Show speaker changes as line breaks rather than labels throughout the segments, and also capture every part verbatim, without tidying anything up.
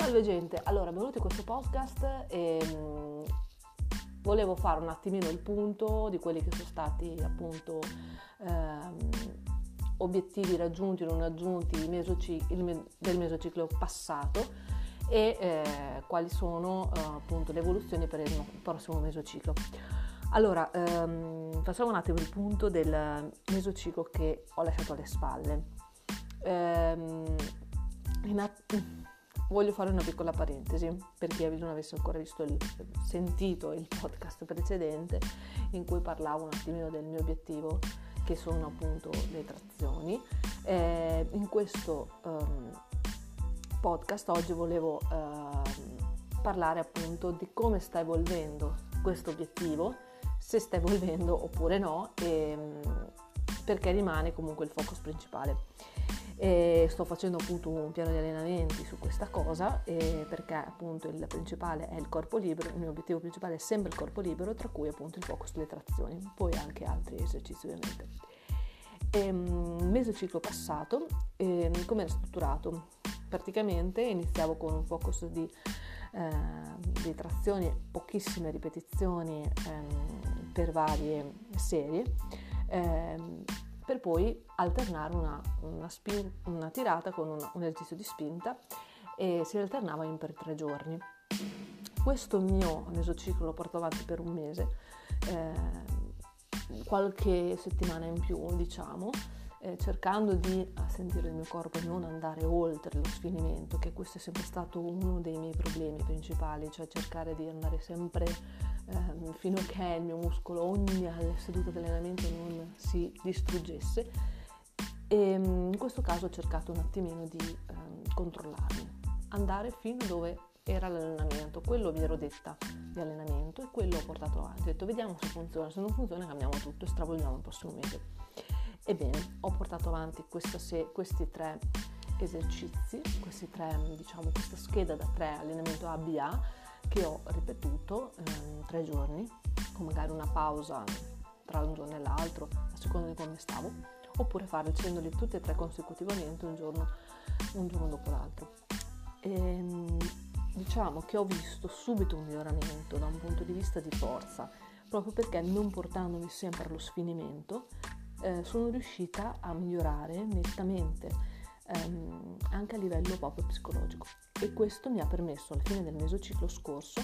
Salve gente, allora benvenuti in questo podcast e mh, volevo fare un attimino il punto di quelli che sono stati appunto ehm, obiettivi raggiunti o non raggiunti il mesoci- il me- del mesociclo passato e eh, quali sono eh, appunto le evoluzioni per il prossimo mesociclo. Allora, ehm, facciamo un attimo il punto del mesociclo che ho lasciato alle spalle. Ehm, in att- voglio fare una piccola parentesi per chi non avesse ancora visto il, sentito il podcast precedente in cui parlavo un attimino del mio obiettivo, che sono appunto le trazioni. Eh, in questo um, podcast oggi volevo uh, parlare appunto di come sta evolvendo questo obiettivo, se sta evolvendo oppure no, e um, perché rimane comunque il focus principale. E sto facendo appunto un piano di allenamenti su questa cosa e perché appunto il principale è il corpo libero, il mio obiettivo principale è sempre il corpo libero, tra cui appunto il focus sulle trazioni, poi anche altri esercizi ovviamente. E, um, mesociclo passato, eh, come era strutturato? Praticamente iniziavo con un focus di, eh, di trazioni, pochissime ripetizioni eh, per varie serie, eh, per poi alternare una, una, spin, una tirata con un, un esercizio di spinta e si alternava in per tre giorni. Questo mio mesociclo lo porto avanti per un mese, eh, qualche settimana in più diciamo, eh, cercando di sentire il mio corpo e non andare oltre lo sfinimento, che questo è sempre stato uno dei miei problemi principali, cioè cercare di andare sempre eh, fino a che il mio muscolo ogni seduta di allenamento non si distruggesse, e in questo caso ho cercato un attimino di eh, controllarmi, andare fino dove era l'allenamento, quello mi ero detta di allenamento e quello ho portato avanti, ho detto vediamo se funziona, se non funziona cambiamo tutto e stravolgiamo il prossimo mese. Ebbene, ho portato avanti questa se- questi tre esercizi, questi tre, diciamo, questa scheda da tre allenamento A B A che ho ripetuto in tre giorni, con magari una pausa tra un giorno e l'altro, a seconda di come stavo, oppure facendoli tutti e tre consecutivamente un giorno, un giorno dopo l'altro. E, diciamo che ho visto subito un miglioramento da un punto di vista di forza, proprio perché non portandomi sempre allo sfinimento, Eh, sono riuscita a migliorare nettamente ehm, anche a livello proprio psicologico, e questo mi ha permesso alla fine del mesociclo scorso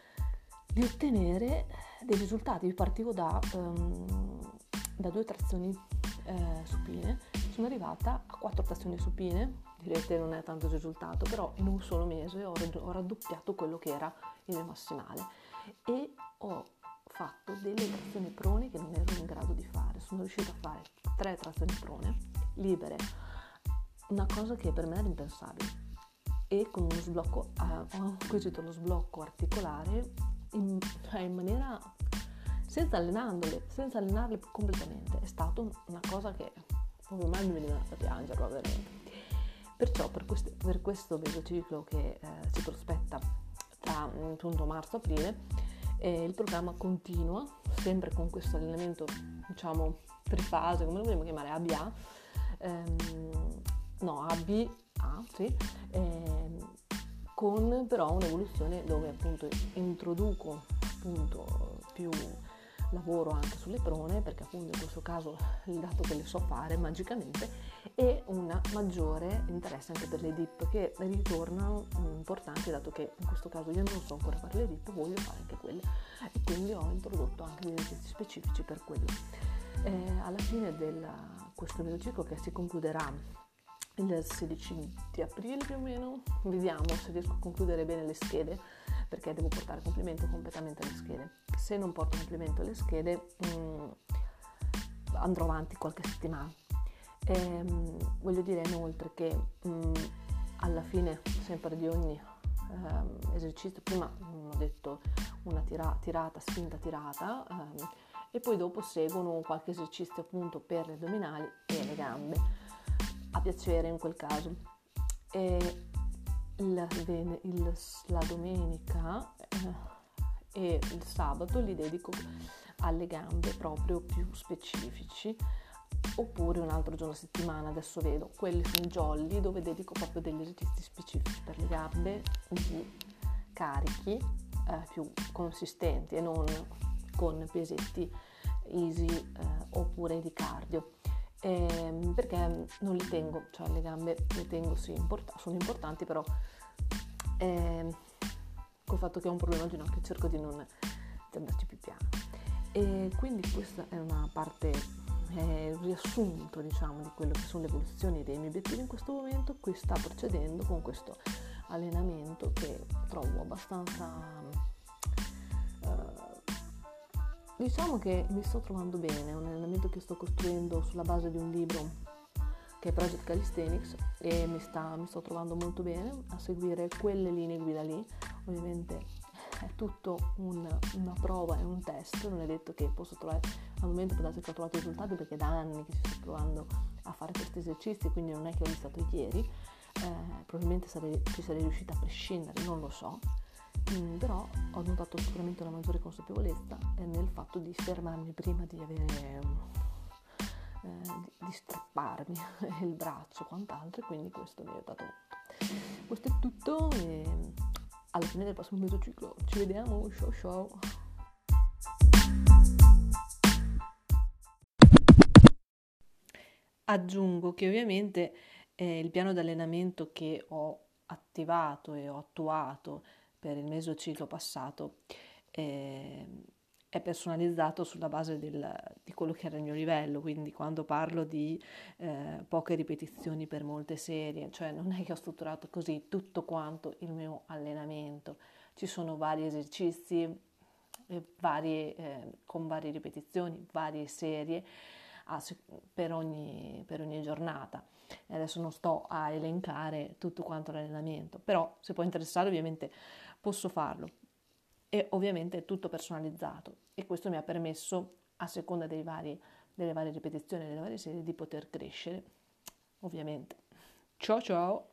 di ottenere dei risultati. Io partivo da, um, da due trazioni eh, supine, sono arrivata a quattro trazioni supine, direte non è tanto risultato, però in un solo mese ho, ho raddoppiato quello che era il mio massimale e ho fatto delle trazioni prone che non ero in grado di fare. Sono riuscita a fare tre trazioni prone libere, una cosa che per me era impensabile, e con uno sblocco, eh, ho acquisito lo sblocco articolare in, cioè in maniera senza allenandole, senza allenarle completamente. È stata una cosa che ormai mi veniva da piangere veramente. Perciò per questo, per questo mesociclo che eh, si prospetta tra appunto marzo-aprile, e il programma continua sempre con questo allenamento, diciamo trifase, come lo vogliamo chiamare, A B A, ehm, no A B A, sì, ehm, con però un'evoluzione dove appunto introduco appunto più lavoro anche sulle prone, perché appunto in questo caso il dato che le so fare magicamente, e un maggiore interesse anche per le dip, che ritornano importanti, dato che in questo caso io non so ancora fare le dip, voglio fare anche quelle, e quindi ho introdotto anche degli esercizi specifici per quello. Eh, alla fine di questo mesociclo, che si concluderà il sedici di aprile più o meno, vediamo se riesco a concludere bene le schede, perché devo portare a compimento completamente le schede. Se non porto a compimento le schede mh, andrò avanti qualche settimana. E, mh, voglio dire inoltre che mh, alla fine sempre di ogni ehm, esercizio, prima mh, ho detto una tira, tirata, spinta, tirata, ehm, e poi dopo seguono qualche esercizio appunto per le addominali e le gambe, a piacere in quel caso. E la, il, la domenica eh, e il sabato li dedico alle gambe proprio più specifici, oppure un altro giorno a settimana, adesso vedo, quelli sono jolly, dove dedico proprio degli esercizi specifici per le gambe di carichi eh, più consistenti e non con pesetti easy eh, oppure di cardio, eh, perché non li tengo, cioè le gambe le tengo, sì, import- sono importanti, però eh, col fatto che ho un problema al ginocchio cerco di non di andarci più piano, e quindi questa è una parte, è un riassunto, diciamo, di quello che sono le evoluzioni dei miei obiettivi in questo momento, cui sta procedendo con questo allenamento che trovo abbastanza eh, diciamo che mi sto trovando bene. È un allenamento che sto costruendo sulla base di un libro che è Project Calisthenics, e mi, sta, mi sto trovando molto bene a seguire quelle linee guida lì. Ovviamente è tutto un, una prova e un test, non è detto che posso trovare, al momento può darsi che ho trovato i risultati, perché da anni che ci sto provando a fare questi esercizi, quindi non è che ho iniziato ieri, eh, probabilmente sarei, ci sarei riuscita a prescindere, non lo so, mm, però ho notato sicuramente una maggiore consapevolezza eh, nel fatto di fermarmi prima di avere eh, di, di strapparmi il braccio o quant'altro, e quindi questo mi ha aiutato molto. Questo è tutto, e alla fine del prossimo mesociclo ci vediamo, ciao ciao! Aggiungo che ovviamente eh, il piano di allenamento che ho attivato e ho attuato per il mesociclo passato eh, è personalizzato sulla base del, di quello che era il mio livello, quindi quando parlo di eh, poche ripetizioni per molte serie, cioè non è che ho strutturato così tutto quanto il mio allenamento, ci sono vari esercizi eh, varie, eh, con varie ripetizioni, varie serie a, per, ogni, per ogni giornata. E adesso non sto a elencare tutto quanto l'allenamento, però se può interessare ovviamente posso farlo. E ovviamente è tutto personalizzato, e questo mi ha permesso, a seconda dei vari, delle varie ripetizioni e delle varie serie, di poter crescere, ovviamente. Ciao ciao!